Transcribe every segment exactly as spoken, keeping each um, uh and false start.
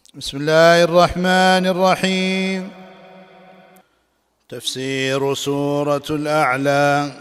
بسم الله الرحمن الرحيم. تفسير سورة الأعلى.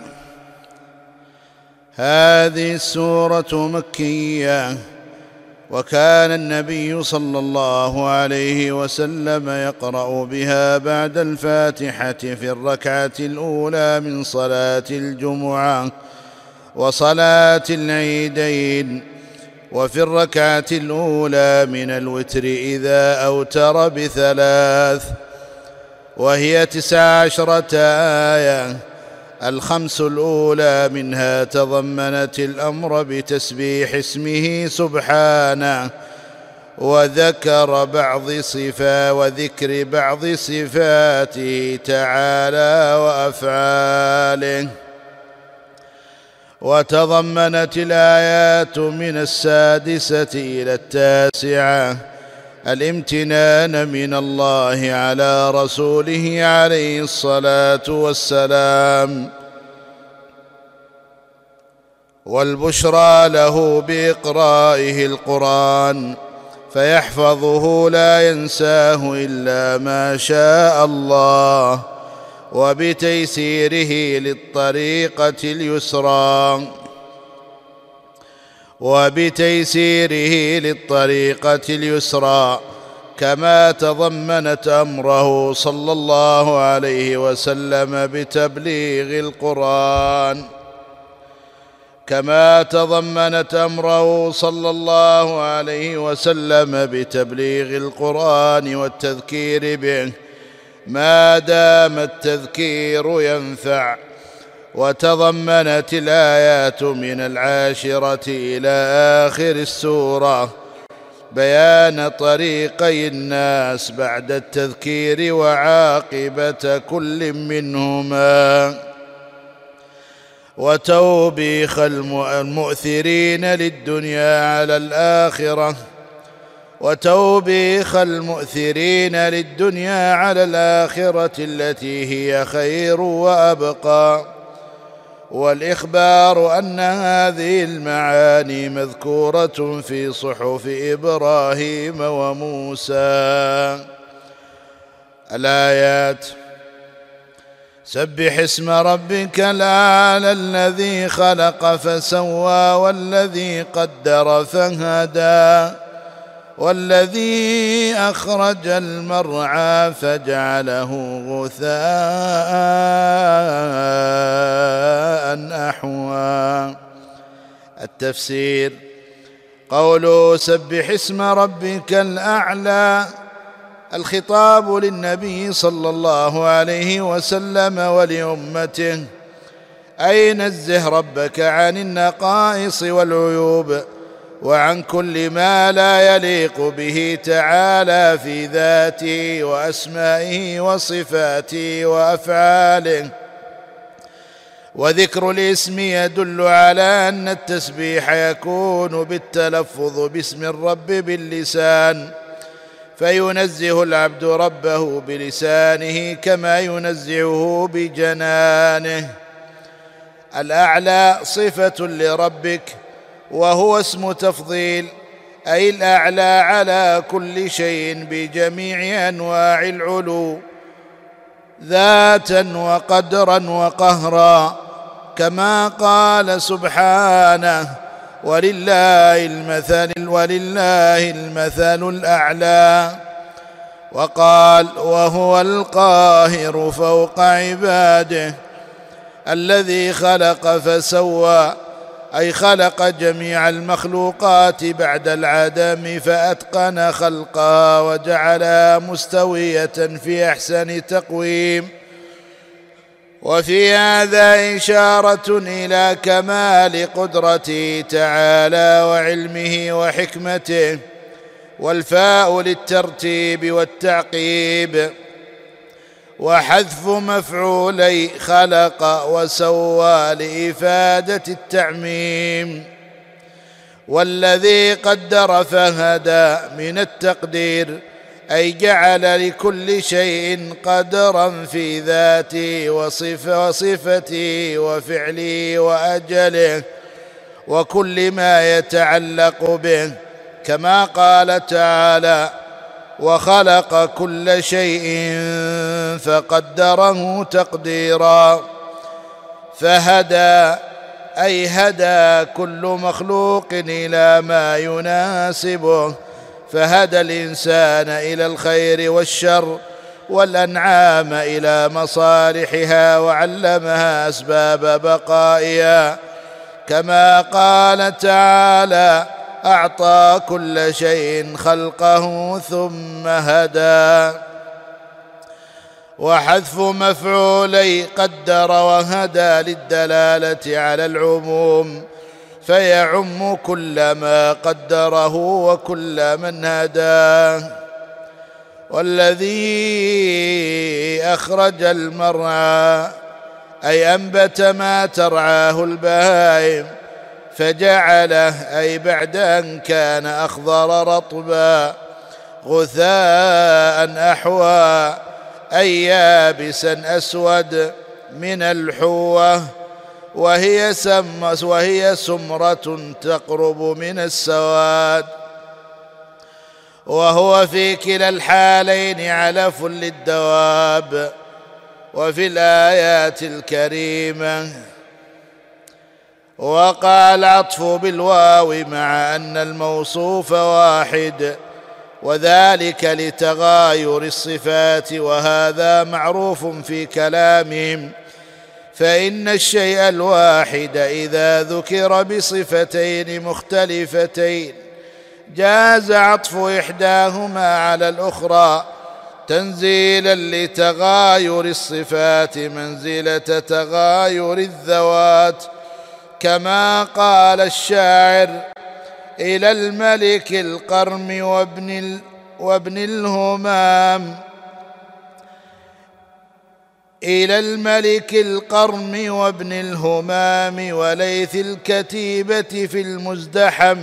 هذه السورة مكية، وكان النبي صلى الله عليه وسلم يقرأ بها بعد الفاتحة في الركعة الأولى من صلاة الجمعة وصلاة العيدين، وفي الركعة الأولى من الوتر إذا أوتر بثلاث، وهي تسع عشرة آية. الخمس الأولى منها تضمنت الأمر بتسبيح اسمه سبحانه، وذكر بعض صفا وذكر بعض صفاته تعالى وأفعاله. وتضمنت الآيات من السادسة إلى التاسعة الامتنان من الله على رسوله عليه الصلاة والسلام، والبشرى له بإقرائه القرآن فيحفظه لا ينساه إلا ما شاء الله، وبتيسيره للطريقة اليسرى وبتيسيره للطريقة اليسرى كما تضمنت أمره صلى الله عليه وسلم بتبليغ القرآن كما تضمنت أمره صلى الله عليه وسلم بتبليغ القرآن والتذكير به ما دام التذكير ينفع. وتضمنت الآيات من العاشرة إلى آخر السورة بيان طريقي الناس بعد التذكير وعاقبة كل منهما، وتوبيخ المؤثرين للدنيا على الآخرة وتوبيخ المؤثرين للدنيا على الآخرة التي هي خير وأبقى، والإخبار أن هذه المعاني مذكورة في صحف إبراهيم وموسى. الآيات: سبح اسم ربك الأعلى الذي خلق فسوى والذي قدر فهدى والذي أخرج المرعى فجعله غثاء أحوى. التفسير: قوله سبح اسم ربك الأعلى الخطاب للنبي صلى الله عليه وسلم ولأمته، أي نزه ربك عن النقائص والعيوب وعن كل ما لا يليق به تعالى في ذاته وأسمائه وصفاته وأفعاله. وذكر الاسم يدل على أن التسبيح يكون بالتلفظ باسم الرب باللسان، فينزه العبد ربه بلسانه كما ينزهه بجنانه. الأعلى صفة لربك، وهو اسم تفضيل، أي الأعلى على كل شيء بجميع أنواع العلو ذاتا وقدرا وقهرا، كما قال سبحانه: ولله المثل ولله المثل الأعلى. وقال: وهو القاهر فوق عباده. الذي خلق فسوى، أي خلق جميع المخلوقات بعد العدم فأتقن خلقها وجعلها مستوية في أحسن تقويم. وفي هذا إشارة إلى كمال قدرته تعالى وعلمه وحكمته، والفاء للترتيب والتعقيب، وحذف مفعولي خلق وسوى لإفادة التعميم. والذي قدر فهدى من التقدير، أي جعل لكل شيء قدرا في ذاته وصفته وفعله وأجله وكل ما يتعلق به، كما قال تعالى: وخلق كل شيء فقدره تقديرا. فهدى أي هدى كل مخلوق إلى ما يناسبه، فهدى الإنسان إلى الخير والشر والأنعام إلى مصالحها وعلمها أسباب بقائها، كما قال تعالى: أعطى كل شيء خلقه ثم هدى. وحذف مفعولي قدر وهدى للدلالة على العموم، فيعم كل ما قدره وكل من هداه. والذي أخرج المرعى أي أنبت ما ترعاه البهائم، فجعله أي بعد أن كان أخضر رطبا، غثاء أحوى أي يابسا أسود من الحوة، وهي, سم وهي سمرة تقرب من السواد. وهو في كلا الحالين علف للدواب. وفي الآيات الكريمة وقع العطف بالواو مع أن الموصوف واحد، وذلك لتغاير الصفات، وهذا معروف في كلامهم، فإن الشيء الواحد إذا ذكر بصفتين مختلفتين جاز عطف إحداهما على الأخرى تنزيلا لتغاير الصفات منزلة تغاير الذوات، كما قال الشاعر: إلى الملك القرم وابن, ال... وابن الهمام إلى الملك القرم وابن الهمام وليث الكتيبة في المزدحم.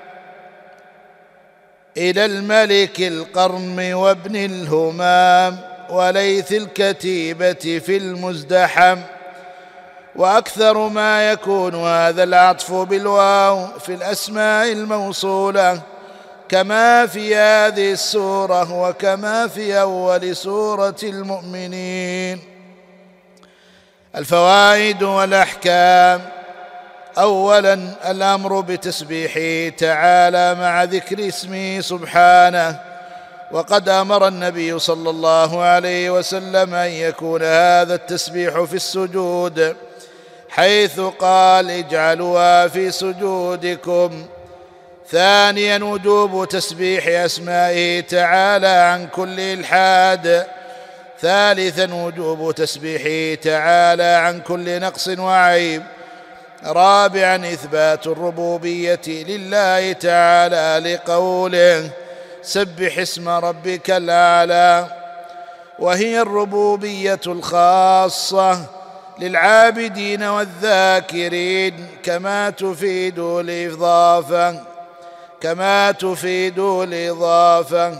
إلى الملك القرم وابن الهمام وليث الكتيبة في المزدحم. وأكثر ما يكون هذا العطف بالواو في الأسماء الموصولة، كما في هذه السورة وكما في أول سورة المؤمنين. الفوائد والأحكام: أولا الأمر بتسبيحه تعالى مع ذكر اسمه سبحانه، وقد أمر النبي صلى الله عليه وسلم أن يكون هذا التسبيح في السجود، حيث قال: اجعلوها في سجودكم. ثانيا وجوب تسبيح أسمائه تعالى عن كل إلحاد. ثالثا وجوب تسبيحه تعالى عن كل نقص وعيب. رابعا إثبات الربوبية لله تعالى لقوله: سبح اسم ربك الأعلى، وهي الربوبية الخاصة للعابدين والذاكرين، كما تفيد الإضافة كما تفيد الإضافة.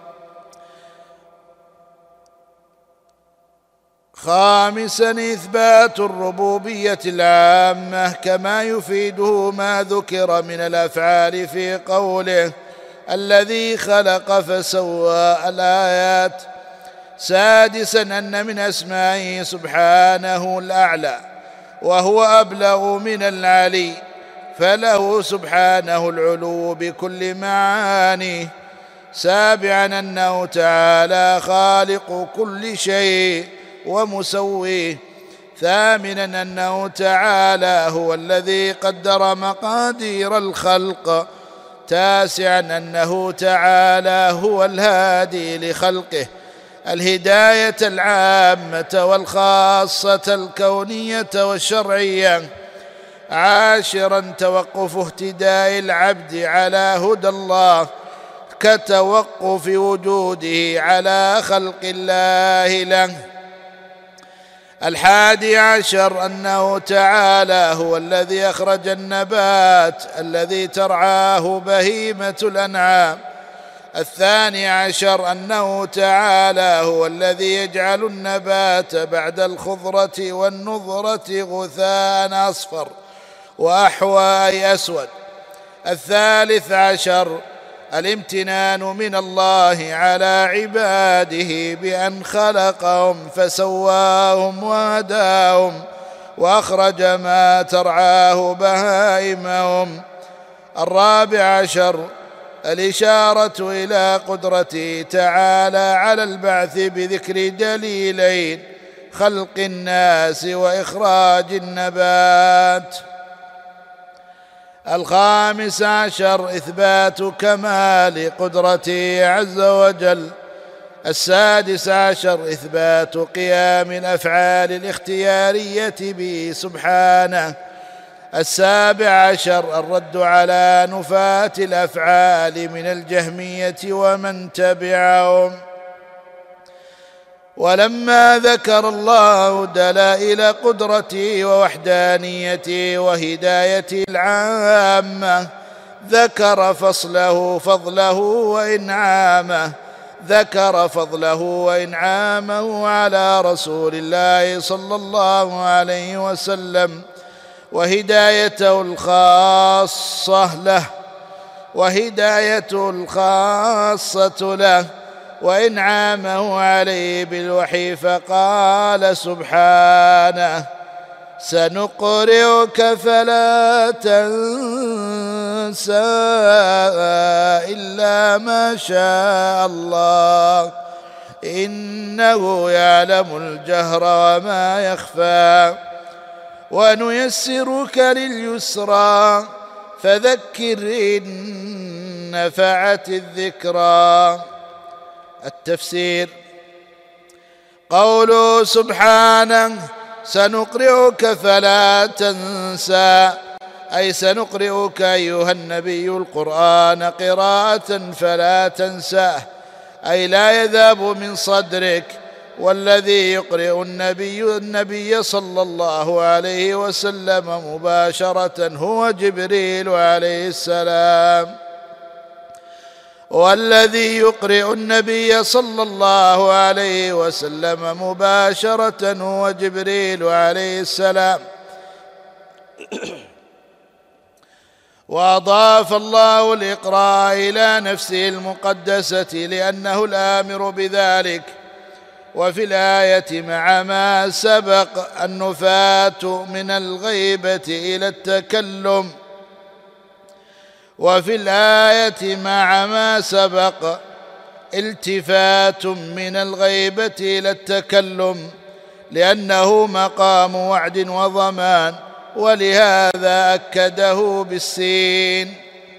خامسا إثبات الربوبية العامة، كما يفيده ما ذكر من الأفعال في قوله: الذي خلق فسوى الآيات. سادسا أن من أسمائه سبحانه الأعلى، وهو أبلغ من العلي، فله سبحانه العلو بكل معانيه. سابعا أنه تعالى خالق كل شيء ومسويه. ثامنا أنه تعالى هو الذي قدر مقادير الخلق. تاسعا أنه تعالى هو الهادي لخلقه الهداية العامة والخاصة الكونية والشرعية. عاشرا توقف اهتداء العبد على هدى الله كتوقف وجوده على خلق الله له. الحادي عشر أنه تعالى هو الذي أخرج النبات الذي ترعاه بهيمة الأنعام. الثاني عشر أنه تعالى هو الذي يجعل النبات بعد الخضرة والنضرة غثاء أصفر وأحوى أي أسود. الثالث عشر الامتنان من الله على عباده بأن خلقهم فسواهم وهداهم وأخرج ما ترعاه بهائمهم. الرابع عشر الإشارة إلى قدرته تعالى على البعث بذكر دليلين: خلق الناس وإخراج النبات. الخامس عشر إثبات كمال قدرته عز وجل. السادس عشر إثبات قيام الأفعال الاختيارية به سبحانه. السابع عشر الرد على نفاة الأفعال من الجهمية ومن تبعهم. ولما ذكر الله دلائل قدرته ووحدانيته وهدايته العامة ذكر فصله فضله وإنعامه ذكر فضله وإنعامه على رسول الله صلى الله عليه وسلم وهدايته الخاصة له وهدايته الخاصة له وإنعامه عليه بالوحي، فقال سبحانه: سنقرئك فلا تنسى إلا ما شاء الله إنه يعلم الجهر وما يخفى ونيسرك لليسرى فذكر إن نفعت الذكرى. التفسير: قوله سبحانه: سنقرئك فلا تنسى، أي سنقرئك أيها النبي القرآن قراءة فلا تنساه، أي لا يذهب من صدرك. والذي يقرئ النبي النبي صلى الله عليه وسلم مباشرة هو جبريل عليه السلام والذي يقرئ النبي صلى الله عليه وسلم مباشرة هو جبريل عليه السلام. وأضاف الله الإقراء إلى نفسه المقدسة لأنه الآمر بذلك. وفي الآية مع ما سبق النفاة من الغيبة إلى التكلم وفي الآية مع ما سبق التفات من الغيبة إلى التكلم لأنه مقام وعد وضمان، ولهذا أكده بالسين.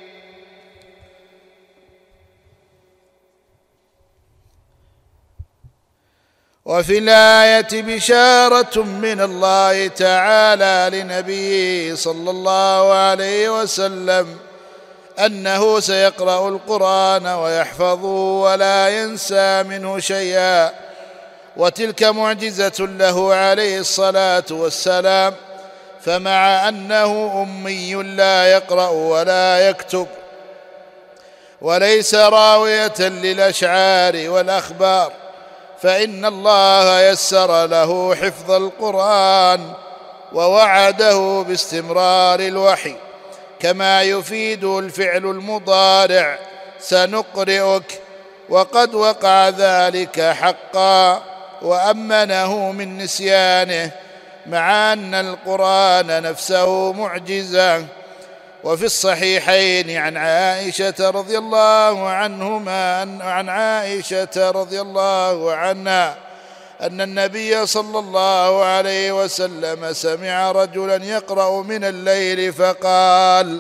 وفي الآية بشارة من الله تعالى لنبيه صلى الله عليه وسلم أنه سيقرأ القرآن ويحفظه ولا ينسى منه شيئا، وتلك معجزة له عليه الصلاة والسلام. فمع أنه أمي لا يقرأ ولا يكتب وليس راوية للأشعار والأخبار، فإن الله يسر له حفظ القرآن ووعده باستمرار الوحي، كما يفيد الفعل المضارع سنقرئك، وقد وقع ذلك حقا وأمنه من نسيانه، مع أن القرآن نفسه معجزة. وفي الصحيحين عن عائشة رضي الله عنهما عن عائشة رضي الله عنها أن النبي صلى الله عليه وسلم سمع رجلا يقرأ من الليل فقال: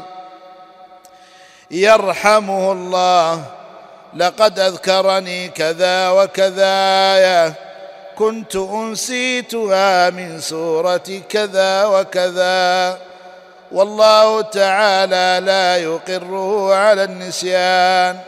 يرحمه الله، لقد أذكرني كذا وكذا، كنت أنسيتها من سورة كذا وكذا. والله تعالى لا يقره على النسيان.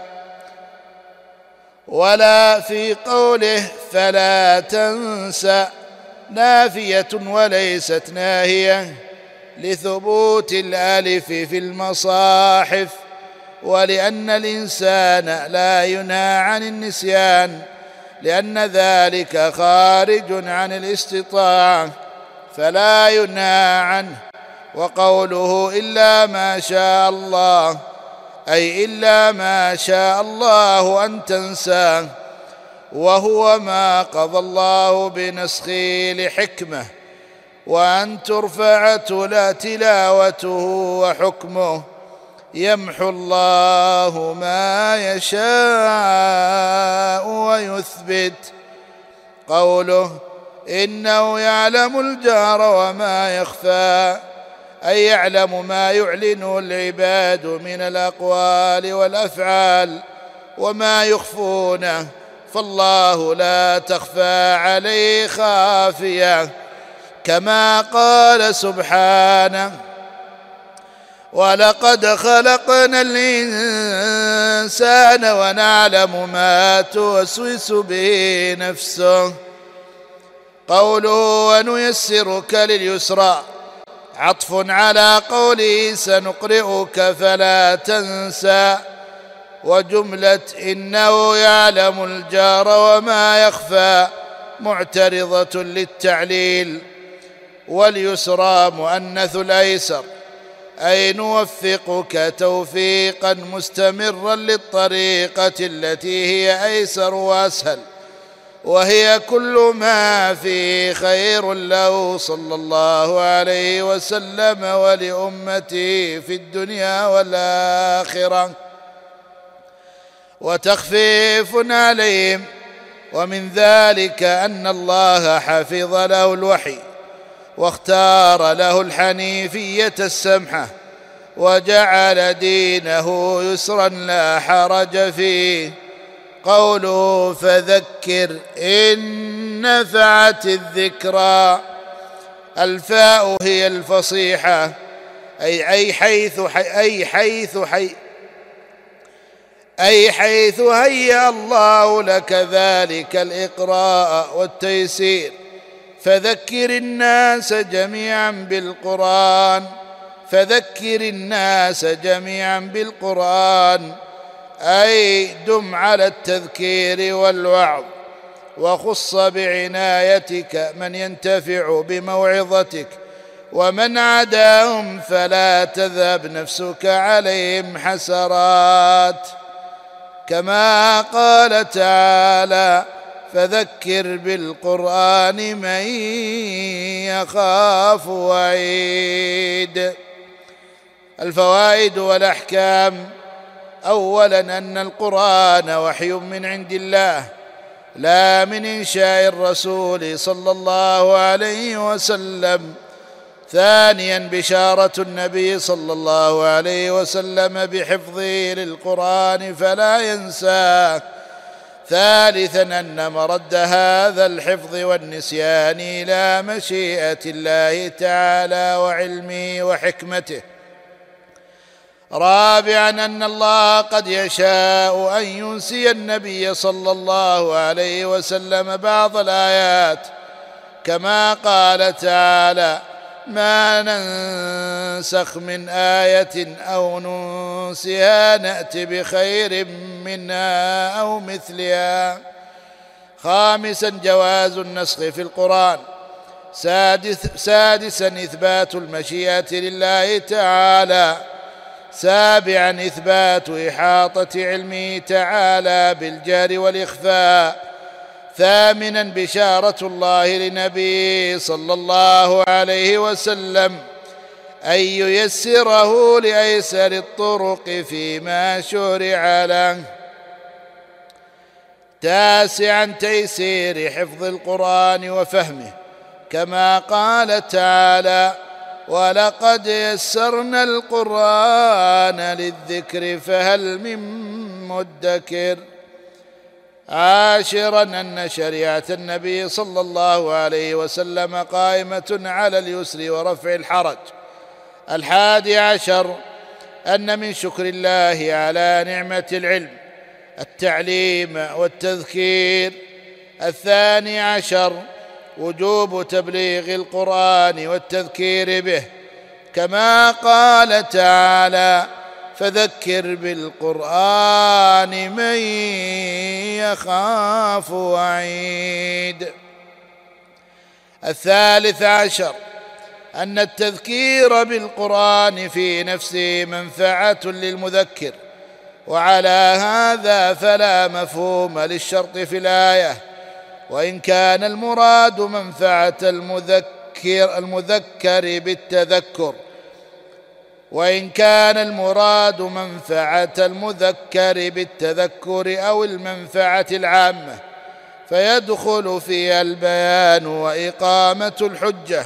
ولا في قوله فلا تنسى نافية وليست ناهية لثبوت الألف في المصاحف، ولأن الإنسان لا ينهى عن النسيان لأن ذلك خارج عن الاستطاعة فلا ينهى عنه. وقوله إلا ما شاء الله أي إلا ما شاء الله أن تنساه، وهو ما قضى الله بنسخه لحكمه، وأن ترفع لا تلاوته وحكمه. يمحو الله ما يشاء ويثبت. قوله إنه يعلم الجهر وما يخفى، أي يعلم ما يعلنه العباد من الأقوال والأفعال وما يخفونه، فالله لا تخفى عليه خافية، كما قال سبحانه ولقد خلقنا الإنسان ونعلم ما توسوس به نفسه. قوله ونيسرك لليسرى عطف على قوله سنقرئك فلا تنسى، وجملة إنه يعلم الجار وما يخفى معترضة للتعليل. واليسرى مؤنث الأيسر، أي نوفقك توفيقا مستمرا للطريقة التي هي أيسر وأسهل، وهي كل ما فيه خير له صلى الله عليه وسلم ولأمته في الدنيا والآخرة، وتخفيف عليهم. ومن ذلك أن الله حفظ له الوحي واختار له الحنيفية السمحة، وجعل دينه يسرا لا حرج فيه. قوله فذكر إن نفعت الذكرى، الفاء هي الفصيحة، أي أي حيث حي أي حيث حي أي حيث هيأ الله لك ذلك الإقراء والتيسير. فذكر الناس جميعا بالقرآن فذكر الناس جميعا بالقرآن أي دم على التذكير والوعظ، وخص بعنايتك من ينتفع بموعظتك، ومن عداهم فلا تذهب نفسك عليهم حسرات، كما قال تعالى فذكر بالقرآن من يخاف وعيد. الفوائد والأحكام: أولا أن القرآن وحي من عند الله لا من إنشاء الرسول صلى الله عليه وسلم. ثانيا بشارة النبي صلى الله عليه وسلم بحفظه للقرآن فلا ينساه. ثالثا أن مرد هذا الحفظ والنسيان إلى مشيئة الله تعالى وعلمه وحكمته. رابعا أن الله قد يشاء أن ينسي النبي صلى الله عليه وسلم بعض الآيات، كما قال تعالى ما ننسخ من آية أو ننسها نأت بخير منها أو مثلها. خامسا جواز النسخ في القرآن. سادس سادسا إثبات المشيئة لله تعالى. سابعا إثبات إحاطة علمه تعالى بالجار والإخفاء. ثامنا بشارة الله لنبيه صلى الله عليه وسلم أن ييسره لأيسر الطرق فيما شرع له. تاسعا تيسير حفظ القرآن وفهمه، كما قال تعالى ولقد يسرنا القرآن للذكر فهل من مدكر. عاشرا أن شريعة النبي صلى الله عليه وسلم قائمة على اليسر ورفع الحرج. الحادي عشر أن من شكر الله على نعمة العلم التعليم والتذكير. الثاني عشر وجوب تبليغ القرآن والتذكير به، كما قال تعالى فذكر بالقرآن من يخاف وعيد. الثالث عشر أن التذكير بالقرآن في نفسه منفعة للمذكر وعلى هذا فلا مفهوم للشرط في الآية، وإن كان المراد منفعة المذكر المذكر بالتذكر وإن كان المراد منفعة المذكر بالتذكر أو المنفعة العامة فيدخل فيها البيان وإقامة الحجة،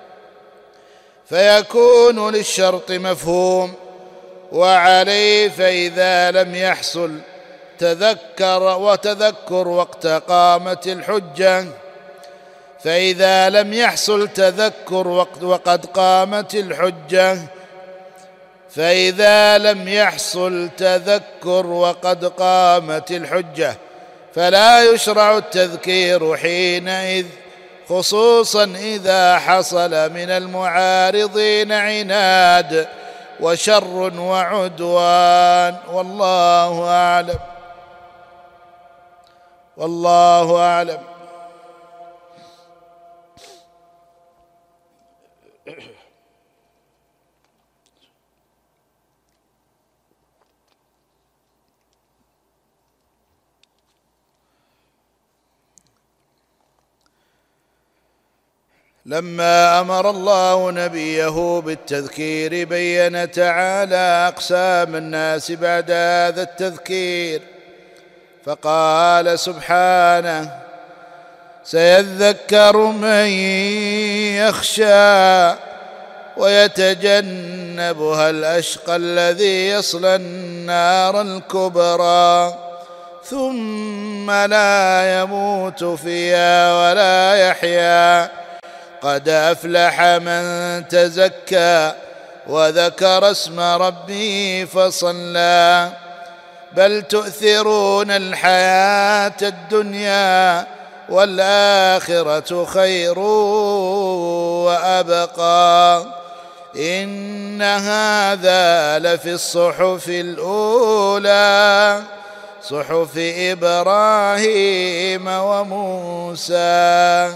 فيكون للشرط مفهوم. وعليه فإذا لم يحصل تذكر وتذكر وقت قامة الحجة فإذا لم يحصل تذكر وقت وقد قامت الحجة فإذا لم يحصل تذكر وقد قامت الحجة فلا يشرع التذكير حينئذ، خصوصا إذا حصل من المعارضين عناد وشر وعدوان. والله أعلم. والله أعلم. لما أمر الله نبيه بالتذكير بين تعالى أقسام الناس بعد هذا التذكير، فقال سبحانه: سيذكر من يخشى ويتجنبها الأشقى الذي يصلى النار الكبرى ثم لا يموت فيها ولا يحيا قد أفلح من تزكى وذكر اسم ربه فصلى بل تؤثرون الحياة الدنيا والآخرة خير وأبقى إن هذا لفي الصحف الأولى صحف إبراهيم وموسى.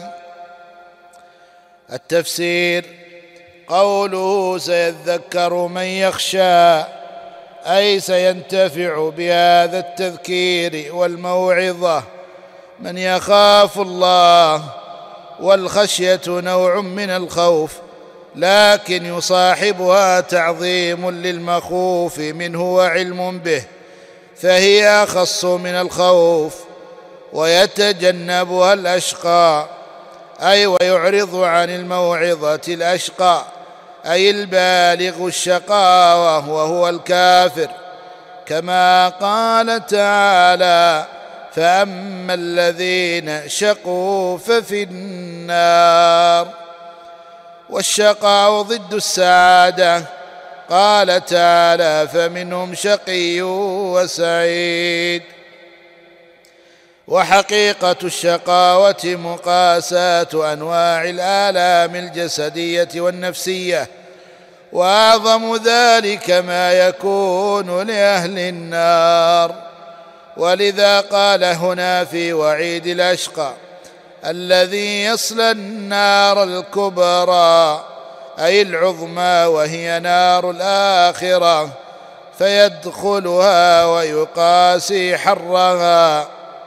التفسير: قوله سيذكر من يخشى أي سينتفع بهذا التذكير والموعظة من يخاف الله، والخشية نوع من الخوف لكن يصاحبها تعظيم للمخوف منه وعلم به فهي أخص من الخوف. ويتجنبها الأشقى أي ويعرض عن الموعظة الأشقى أي البالغ الشقاوة وهو الكافر، كما قال تعالى: فأما الذين شقوا ففي النار. والشقاء ضد السعادة، قال تعالى: فمنهم شقي وسعيد. وحقيقة الشقاوة مقاساة أنواع الآلام الجسدية والنفسية، وأعظم ذلك ما يكون لأهل النار. ولذا قال هنا في وعيد الأشقى: الذي يصلى النار الكبرى أي العظمى وهي نار الآخرة فيدخلها ويقاسي حرها،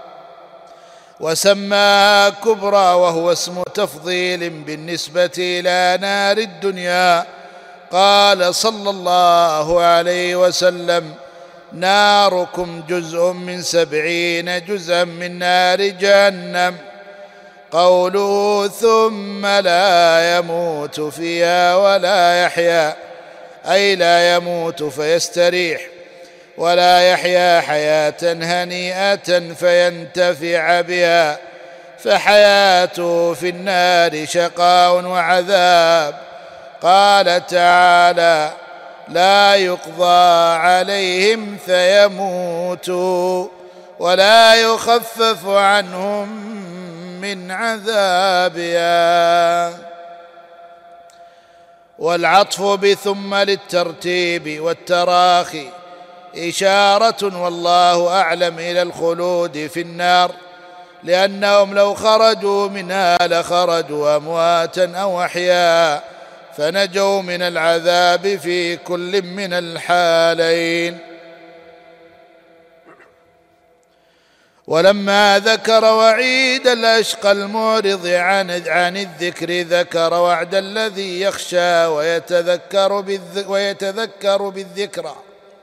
وسماها كبرى وهو اسم تفضيل بالنسبة إلى نار الدنيا. قال صلى الله عليه وسلم: ناركم جزء من سبعين جزءا من نار جهنم. قوله ثم لا يموت فيها ولا يحيا أي لا يموت فيستريح ولا يحيا حياة هنيئة فينتفع بها، فحياته في النار شقاء وعذاب. قال تعالى: لا يقضى عليهم فيموتوا ولا يخفف عنهم من عذابها. والعطف بثم للترتيب والتراخي إشارة والله أعلم إلى الخلود في النار، لأنهم لو خرجوا منها لخرجوا أمواتا أو أحياء فنجوا من العذاب في كل من الحالين. ولما ذكر وعيد الأشقى المعرض عن عن الذكر ذكر وعد الذي يخشى ويتذكر ويتذكر بالذكرى.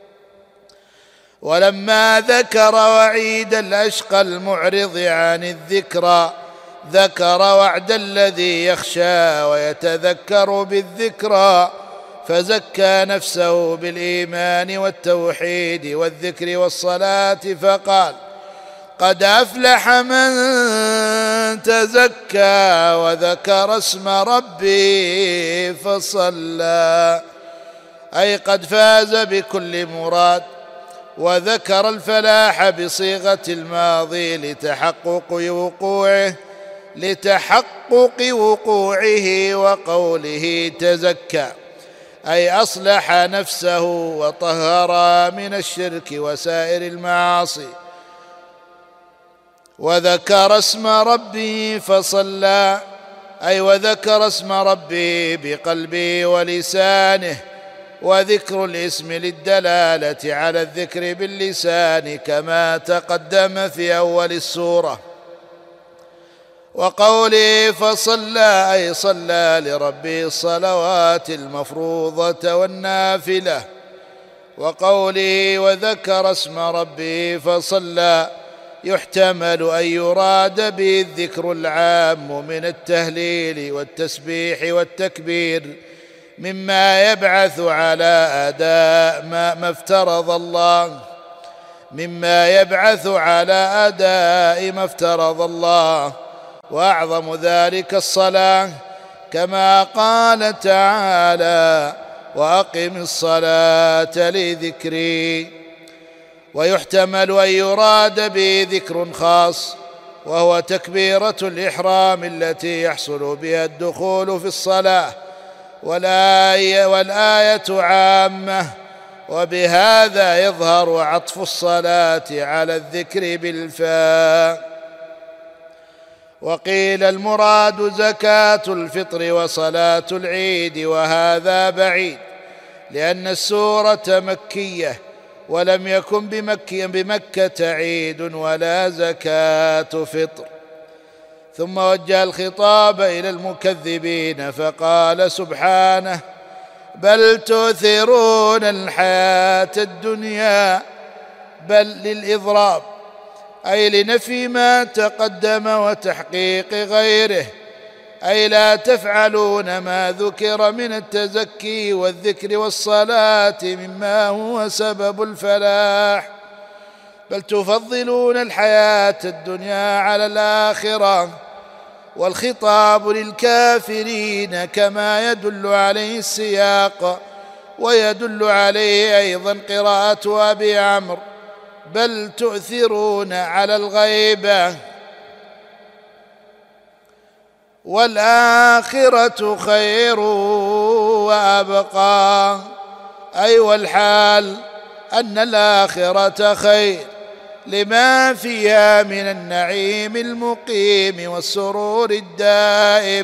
ولما ذكر وعيد الأشقى المعرض عن الذكرى ذكر وعد الذي يخشى ويتذكر بالذكرى، فزكى نفسه بالإيمان والتوحيد والذكر والصلاة فقال: قد أفلح من تزكى وذكر اسم ربه فصلى، أي قد فاز بكل مراد. وذكر الفلاح بصيغة الماضي لتحقق وقوعه لتحقق وقوعه وقوله تزكى، أي أصلح نفسه وطهر من الشرك وسائر المعاصي. وذكر اسم ربه فصلى، أي وذكر اسم ربه بقلبه ولسانه، وذكر الاسم للدلالة على الذكر باللسان كما تقدم في أول السورة. وقوله فصلى، أي صلى لربه الصلوات المفروضة والنافلة. وقوله وذكر اسم ربه فصلى يحتمل أن يراد به الذكر العام من التهليل والتسبيح والتكبير، مما يبعث على أداء ما, ما افترض الله مما يبعث على أداء ما افترض الله، وأعظم ذلك الصلاة، كما قال تعالى: وأقم الصلاة لذكري. ويحتمل أن يراد به ذكر خاص، وهو تكبيرة الإحرام التي يحصل بها الدخول في الصلاة، والآية, والآية عامة، وبهذا يظهر عطف الصلاة على الذكر بالفاء. وقيل المراد زكاة الفطر وصلاة العيد، وهذا بعيد، لأن السورة مكية ولم يكن بمكة, بمكة عيد ولا زكاة فطر. ثم وجه الخطاب إلى المكذبين فقال سبحانه: بل تؤثرون الحياة الدنيا، بل للإضراب، أي لنفي ما تقدم وتحقيق غيره، أي لا تفعلون ما ذكر من التزكي والذكر والصلاة مما هو سبب الفلاح، بل تفضلون الحياة الدنيا على الآخرة. والخطاب للكافرين كما يدل عليه السياق، ويدل عليه أيضا قراءة أبي عمرو: بل تؤثرون على الغيبة، والآخرة خير وأبقى، أي والحال أن الآخرة خير لما فيها من النعيم المقيم والسرور الدائم،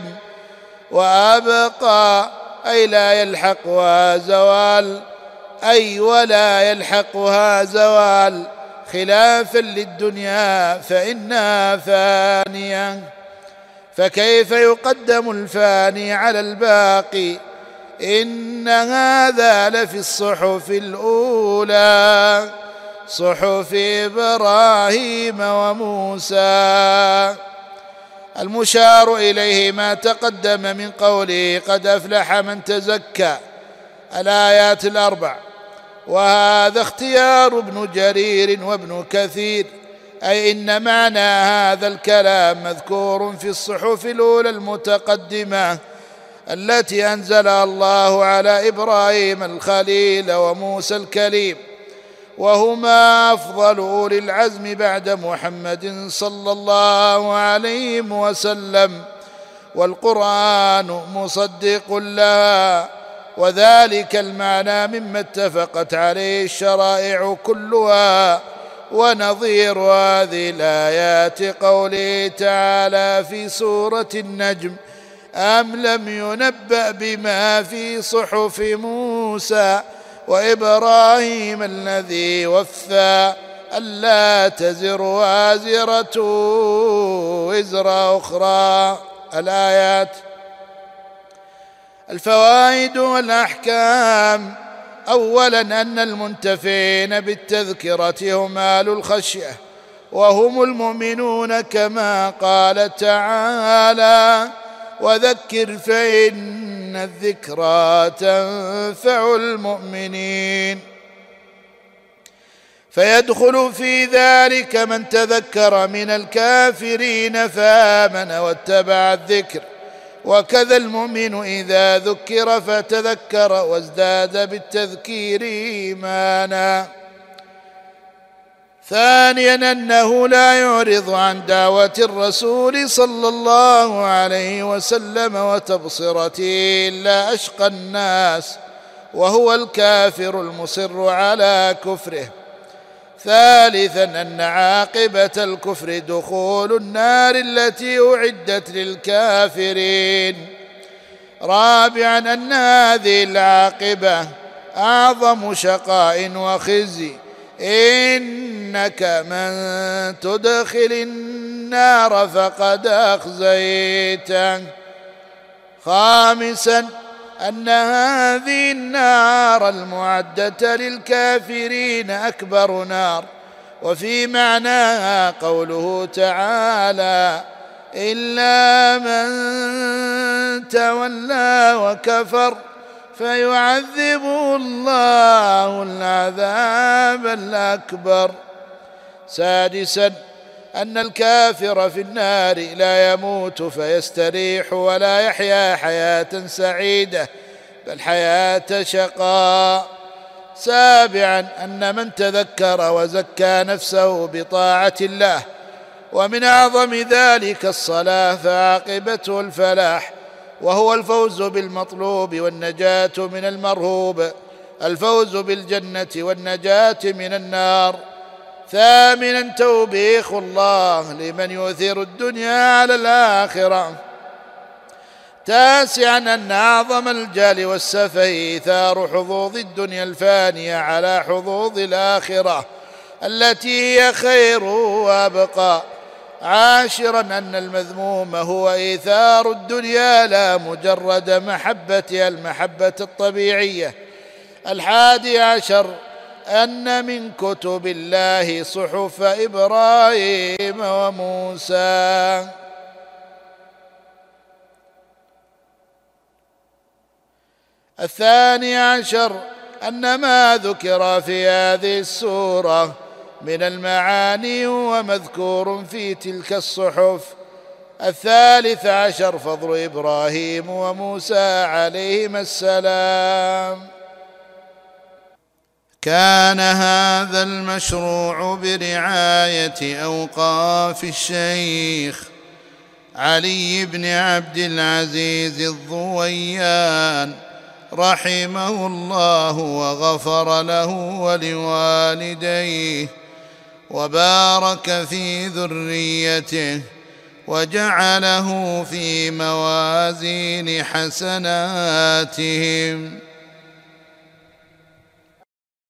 وأبقى أي لا يلحقها زوال، أي ولا يلحقها زوال، خلافا للدنيا فإنها فانية. فكيف يقدم الفاني على الباقي؟ إن هذا لفي الصحف الأولى، صحف إبراهيم وموسى. المشار إليه ما تقدم من قوله قد أفلح من تزكى، الآيات الأربع. وهذا اختيار ابن جرير وابن كثير، أي إن معنى هذا الكلام مذكور في الصحف الأولى المتقدمة التي أنزلها الله على إبراهيم الخليل وموسى الكليم، وهما أفضل أولي العزم بعد محمد صلى الله عليه وسلم، والقرآن مصدق لها، وذلك المعنى مما اتفقت عليه الشرائع كلها. ونظير هذه الآيات قوله تعالى في سورة النجم: أم لم ينبأ بما في صحف موسى وإبراهيم الذي وفى، ألا تزر وازرة وزر أخرى. الآيات. الفوائد والأحكام. أولا أن المنتفعين بالتذكرة هم أهل الخشية وهم المؤمنون، كما قال تعالى: وذكر فإن الذكرى تنفع المؤمنين. فيدخل في ذلك من تذكر من الكافرين فآمن واتبع الذكر، وكذا المؤمن إذا ذكر فتذكر وازداد بالتذكير إيمانا. ثانيا أنه لا يعرض عن دعوة الرسول صلى الله عليه وسلم وتبصرته إلا أشقى الناس، وهو الكافر المصر على كفره. ثالثا أن عاقبة الكفر دخول النار التي أعدت للكافرين. رابعا أن هذه العاقبة أعظم شقاء وخزي، إنك من تدخل النار فقد أخزيته. خامسا أن هذه النار المعدة للكافرين أكبر نار، وفي معناها قوله تعالى: إلا من تولى وكفر فيعذبه الله العذاب الأكبر. سادسا أن الكافر في النار لا يموت فيستريح ولا يحيا حياة سعيدة، بل حياة شقاء. سابعا أن من تذكر وزكى نفسه بطاعة الله، ومن أعظم ذلك الصلاة، فعاقبته الفلاح، وهو الفوز بالمطلوب والنجاة من المرهوب، الفوز بالجنة والنجاة من النار. ثامنا توبيخ الله لمن يؤثر الدنيا على الآخرة. تاسعا أن أعظم الجهل والسفه إيثار حظوظ الدنيا الفانية على حظوظ الآخرة التي هي خير وأبقى. عاشرا أن المذموم هو إيثار الدنيا لا مجرد محبتها المحبة الطبيعية. الحادي عشر أن من كتب الله صحف إبراهيم وموسى. الثاني عشر أن ما ذكر في هذه السورة من المعاني هو مذكور في تلك الصحف. الثالث عشر فضل إبراهيم وموسى عليهما السلام. كان هذا المشروع برعاية أوقاف الشيخ علي بن عبد العزيز الضويان رحمه الله وغفر له ولوالديه، وبارك في ذريته، وجعله في موازين حسناتهم.